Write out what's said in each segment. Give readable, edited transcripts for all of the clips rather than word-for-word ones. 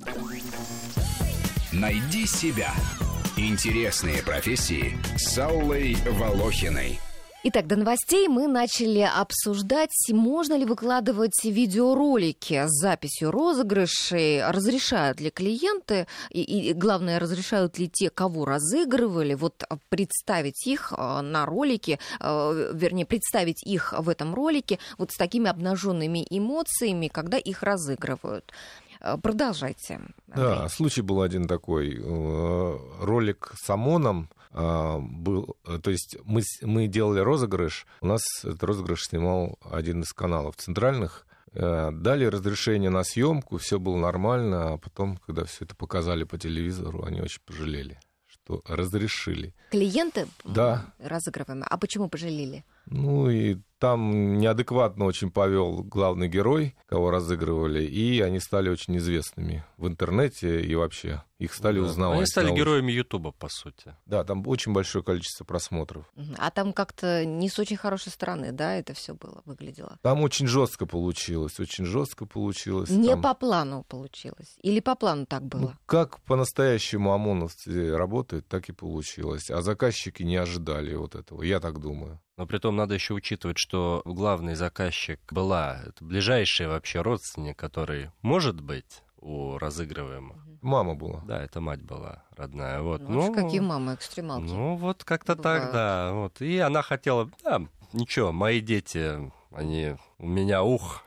Найди себя. Интересные профессии с Аллой Волохиной. Итак, до новостей мы начали обсуждать, можно ли выкладывать видеоролики с записью розыгрышей, разрешают ли клиенты, и главное, разрешают ли те, кого разыгрывали, вот представить их на ролике, вернее, представить их в этом ролике вот с такими обнаженными эмоциями, когда их разыгрывают. Продолжайте. Да, случай был один такой. Ролик с ОМОНом был, то есть мы делали розыгрыш, у нас этот розыгрыш снимал один из каналов центральных, дали разрешение на съемку, все было нормально, а потом, когда все это показали по телевизору, они очень пожалели, что разрешили. Клиенты? Да. Разыгрываемые. А почему пожалели? Ну и там неадекватно очень повел главный герой, кого разыгрывали, и они стали очень известными в интернете и вообще. Их стали узнавать. Они стали героями Ютуба, по сути. Да, там очень большое количество просмотров. А там как-то не с очень хорошей стороны, да, это все было, выглядело? Там очень жестко получилось, очень жестко получилось. Не там... по плану получилось? Или по плану так было? Ну, как по-настоящему ОМОНовцы работают, так и получилось. А заказчики не ожидали вот этого, я так думаю. Но при том надо еще учитывать, что главный заказчик была это ближайший вообще родственник, который может быть у разыгрываемых. Мама была. Да, это мать была родная. Вот. Ну, какие мамы, экстремалки. Ну, вот как-то бывают. так, да. Вот. И она хотела, да, ничего, мои дети, они у меня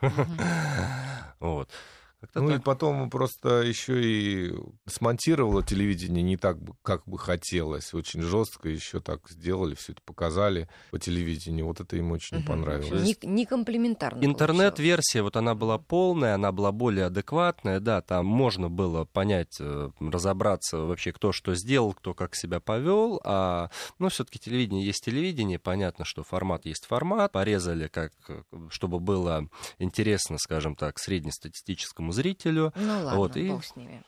Вот. Ну и потом просто еще и смонтировала телевидение не так, как бы хотелось. Очень жестко еще так сделали, все это показали по телевидению. Вот это им очень не понравилось. Не комплиментарно. Интернет-версия, вот она была полная, она была более адекватная, да, там можно было понять, разобраться вообще, кто что сделал, кто как себя повел, но все-таки телевидение есть телевидение, понятно, что формат есть формат, порезали, чтобы было интересно, скажем так, среднестатистическому зрителю. Ну ладно, вот, бог с ними.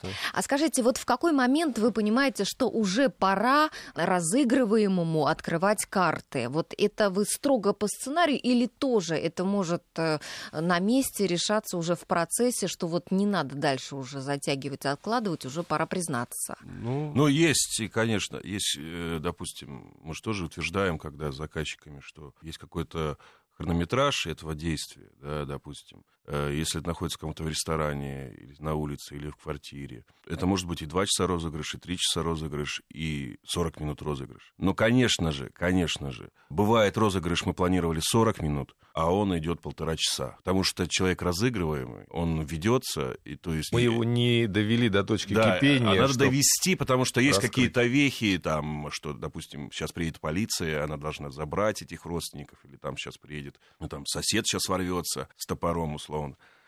А скажите, вот в какой момент вы понимаете, что уже пора разыгрываемому открывать карты? Вот это вы строго по сценарию или тоже это может на месте решаться уже в процессе, что вот не надо дальше уже затягивать, откладывать, уже пора признаться? Ну, есть, и, конечно, есть, допустим, мы же тоже утверждаем, когда с заказчиками, что есть какой-то хронометраж этого действия, да, допустим, если это находится в каком-то в ресторане, или на улице, или в квартире, это может быть и 2 часа розыгрыш, и 3 часа розыгрыш, и 40 минут розыгрыш. Но, конечно же, бывает розыгрыш, мы планировали 40 минут, а он идет 1,5 часа, потому что человек разыгрываемый, он ведется, и то есть... Мы его не довели до точки кипения. Надо довести, потому что есть какие-то вехи, там, что, допустим, сейчас приедет полиция, она должна забрать этих родственников, или там сейчас приедет, там, сосед сейчас ворвется с топором, условно.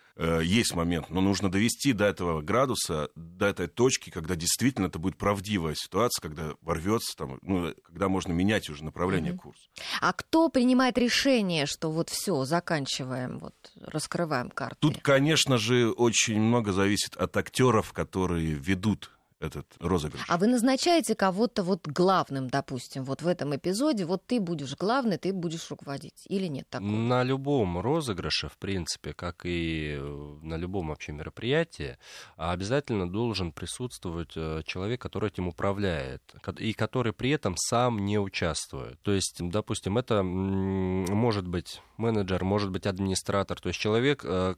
Есть момент, но нужно довести до этого градуса, до этой точки, когда действительно это будет правдивая ситуация, когда ворвется, там, когда можно менять уже направление курса. А кто принимает решение, что вот все, заканчиваем, вот раскрываем карты? Тут, конечно же, очень много зависит от актеров, которые ведут этот розыгрыш. А вы назначаете кого-то вот главным, допустим, вот в этом эпизоде, вот ты будешь главный, ты будешь руководить, или нет такого? На любом розыгрыше, в принципе, как и на любом вообще мероприятии, обязательно должен присутствовать человек, который этим управляет, и который при этом сам не участвует. То есть, допустим, это может быть менеджер, может быть администратор, то есть человек,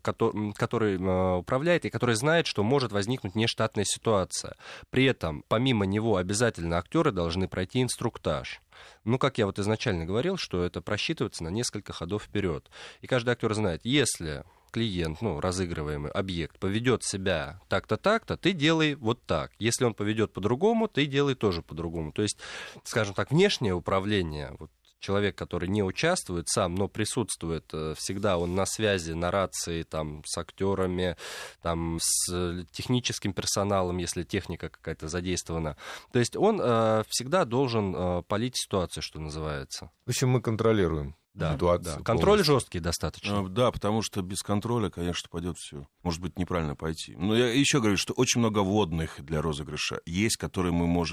который управляет и который знает, что может возникнуть нештатная ситуация. При этом, помимо него, обязательно актеры должны пройти инструктаж. Ну, как я вот изначально говорил, что это просчитывается на несколько ходов вперед. И каждый актер знает, если клиент, разыгрываемый объект, поведет себя так-то, так-то, ты делай вот так. Если он поведет по-другому, ты делай тоже по-другому. То есть, скажем так, внешнее управление, человек, который не участвует сам, но присутствует всегда, он на связи, на рации там, с актерами, там, с техническим персоналом, если техника какая-то задействована. То есть он всегда должен полить ситуацию, что называется. В общем, мы контролируем. Да. Контроль жесткий достаточно. Да, потому что без контроля, конечно, пойдет все. Может быть, неправильно пойти. Но я еще говорю, что очень много вводных для розыгрыша есть, которые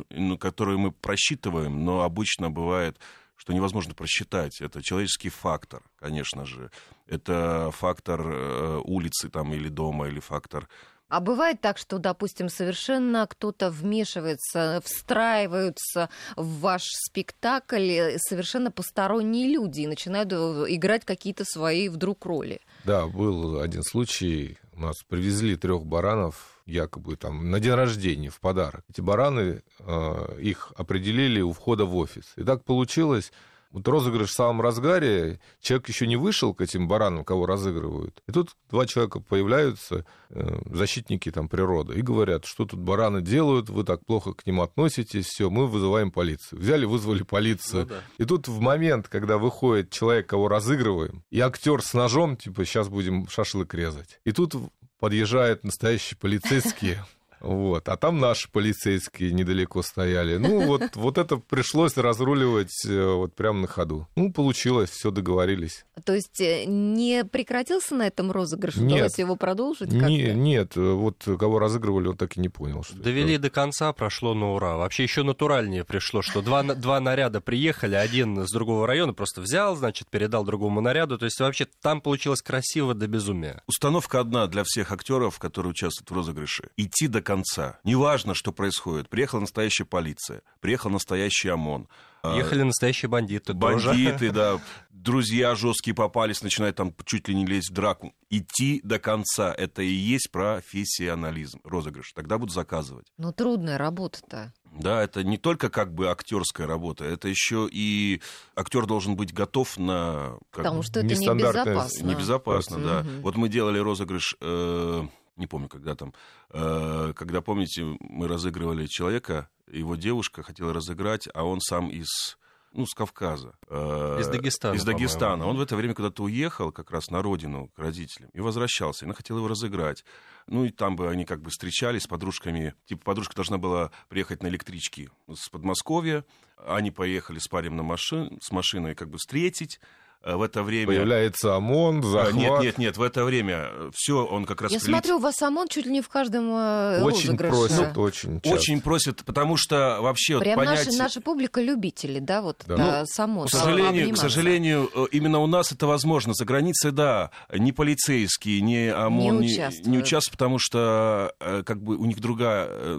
мы просчитываем, но обычно бывает, что невозможно просчитать. Это человеческий фактор, конечно же. Это фактор улицы там, или дома, или фактор А бывает так, что, допустим, совершенно кто-то вмешивается, встраиваются в ваш спектакль совершенно посторонние люди и начинают играть какие-то свои вдруг роли? Да, был один случай. У нас привезли 3 баранов, якобы там на день рождения в подарок. Эти бараны, их определили у входа в офис. И так получилось. Вот розыгрыш в самом разгаре, человек еще не вышел к этим баранам, кого разыгрывают. И тут 2 человека появляются, защитники там природы, и говорят, что тут бараны делают, вы так плохо к ним относитесь, все, мы вызываем полицию. Взяли, вызвали полицию. Ну, да. И тут в момент, когда выходит человек, кого разыгрываем, и актер с ножом, типа, сейчас будем шашлык резать. И тут подъезжают настоящие полицейские. Вот. А там наши полицейские недалеко стояли. Ну, вот это пришлось разруливать вот прямо на ходу. Ну, получилось, все договорились. То есть не прекратился на этом розыгрыш? Удалось его продолжить как-то? Нет, вот кого разыгрывали, он так и не понял. Что довели до конца, прошло на ура. Вообще еще натуральнее пришло, что два наряда приехали, один с другого района просто взял, значит, передал другому наряду. То есть вообще там получилось красиво до безумия. Установка одна для всех актеров, которые участвуют в розыгрыше. Идти до конца. Неважно, что происходит. Приехала настоящая полиция, приехал настоящий ОМОН. Ехали настоящие бандиты. Бандиты, да. Друзья жесткие попались, начинают там чуть ли не лезть в драку. Идти до конца. Это и есть профессионализм, розыгрыш. Тогда будут заказывать. Но трудная работа-то. Да, это не только как бы актерская работа, это еще и актер должен быть готов на... Потому что это небезопасно. Небезопасно, да. Угу. Вот мы делали розыгрыш... не помню, когда там, когда, помните, мы разыгрывали человека, его девушка хотела разыграть, а он сам с Кавказа. Из Дагестана. Из Дагестана. По-моему. Он в это время куда-то уехал как раз на родину к родителям и возвращался. И она хотела его разыграть. Ну, и там бы они как бы встречались с подружками. Типа подружка должна была приехать на электричке с Подмосковья. Они поехали с парнем с машиной как бы встретить. В это время... Появляется ОМОН, захват. Нет, в это время все он как раз... Я смотрю, у вас ОМОН чуть ли не в каждом очень розыгрыше. Просят, очень часто. Очень просят, потому что вообще... Прям вот понятие... наша публика любители, да, вот да. с ОМОН. К сожалению, именно у нас это возможно. За границей, да, ни полицейские, ни ОМОН не участвуют, потому что как бы у них другая,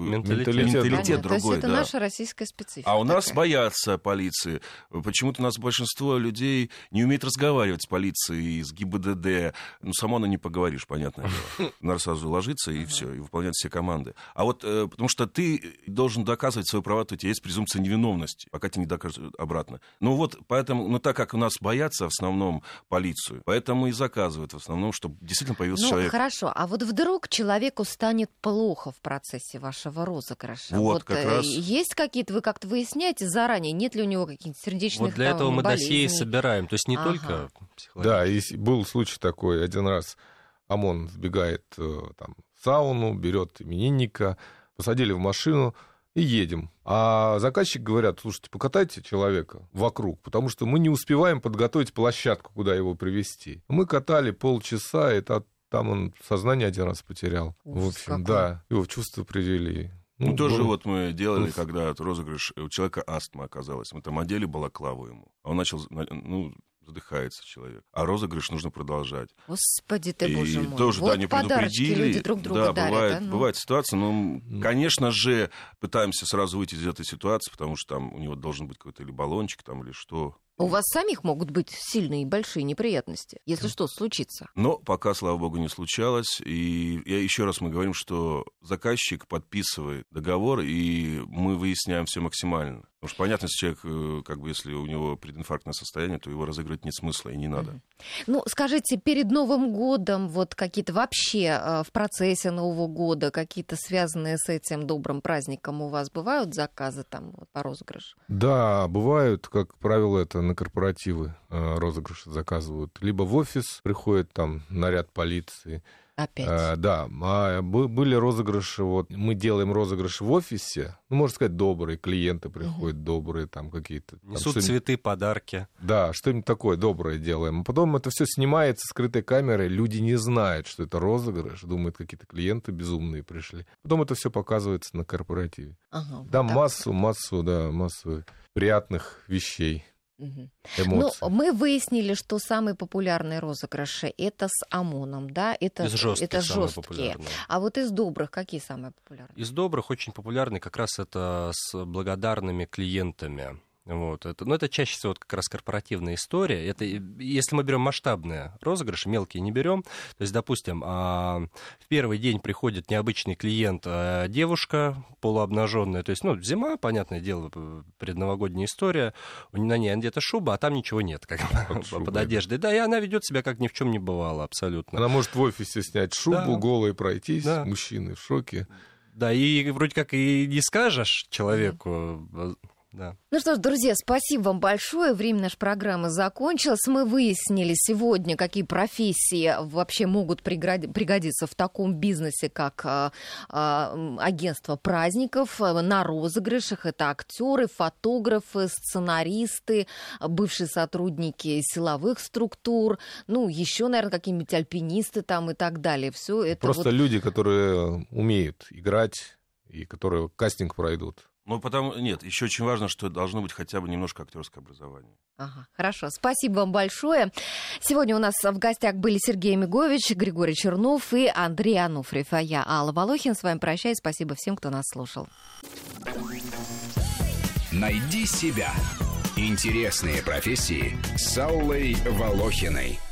менталитет другой. То есть это наша российская специфика. А у нас боятся полиции. Почему-то у нас большинство людей не умеет разговаривать с полицией, с ГИБДД. С ОМОНом не поговоришь, понятное дело. Надо сразу ложиться и все, и выполнять все команды. А вот потому что ты должен доказывать свои права, то у тебя есть презумпция невиновности, пока тебе не докажут обратно. Ну вот, поэтому, так как у нас боятся в основном полицию, поэтому и заказывают в основном, чтобы действительно появился человек. Хорошо, а вот вдруг человеку станет плохо в процессе вашего розыгрыша? Вот как раз. Есть какие-то, вы как-то выясняете заранее, нет ли у него каких-то сердечных болезней? Вот для этого мы досье собираем. То есть не только психология. Да, и был случай такой. Один раз ОМОН сбегает там, в сауну, берет именинника, посадили в машину и едем. А заказчик говорят, слушайте, покатайте человека вокруг, потому что мы не успеваем подготовить площадку, куда его привезти. Мы катали полчаса, и там он сознание один раз потерял. В общем, да, его в чувство привели. Тоже вот мы делали, когда розыгрыш, у человека астма оказалась. Мы там одели балаклаву ему, а он начал, задыхается человек. А розыгрыш нужно продолжать. Господи ты, боже мой. Тоже, вот да, не предупредили. Люди друг друга дарят. Бывает ситуация, но, конечно же, пытаемся сразу выйти из этой ситуации, потому что там у него должен быть какой-то или баллончик, там, или что. У вас самих могут быть сильные и большие неприятности, если что случится. Но пока, слава богу, не случалось. И еще раз мы говорим, что заказчик подписывает договор, и мы выясняем все максимально. Потому что понятно, если человек, как бы, если у него прединфарктное состояние, то его разыгрывать нет смысла и не надо. Скажите, перед Новым годом вот какие-то вообще в процессе Нового года, какие-то связанные с этим добрым праздником у вас бывают заказы там по розыгрышу? Да, бывают, как правило, это на корпоративы розыгрыши заказывают. Либо в офис приходит там наряд полиции. Опять? Да, были розыгрыши, вот мы делаем розыгрыш в офисе, можно сказать, добрые, клиенты приходят добрые, там какие-то... Несут цветы, подарки. Да, что-нибудь такое доброе делаем. А потом это все снимается скрытой камерой, люди не знают, что это розыгрыш, думают, какие-то клиенты безумные пришли. Потом это все показывается на корпоративе. Да, массу приятных вещей. эмоций. Ну, мы выяснили, что самые популярные розыгрыши это с ОМОНом, да? Это жесткие. А вот из добрых какие самые популярные? Из добрых очень популярны как раз это с благодарными клиентами. Вот, это чаще всего как раз корпоративная история. Это, если мы берем масштабные розыгрыши, мелкие не берем. То есть, допустим, в первый день приходит необычный клиент, девушка полуобнаженная. То есть, зима, понятное дело, предновогодняя история. На ней где-то шуба, а там ничего нет под одеждой. Да, и она ведет себя как ни в чем не бывало абсолютно. Она может в офисе снять шубу, голой пройтись, мужчины в шоке. Да, и вроде как и не скажешь человеку. Да. Ну что ж, друзья, спасибо вам большое. Время нашей программы закончилось. Мы выяснили сегодня, какие профессии вообще могут пригодиться в таком бизнесе, как агентство праздников, на розыгрышах. Это актеры, фотографы, сценаристы, бывшие сотрудники силовых структур, еще, наверное, какие-нибудь альпинисты там и так далее. Все это просто люди, которые умеют играть и которые кастинг пройдут. Нет, еще очень важно, что должно быть хотя бы немножко актерское образование. Ага, хорошо, спасибо вам большое. Сегодня у нас в гостях были Сергей Мигович, Григорий Чернов и Андрей Ануфриев. А я, Алла Волохина, с вами прощаюсь. Спасибо всем, кто нас слушал. Найди себя. Интересные профессии с Аллой Волохиной.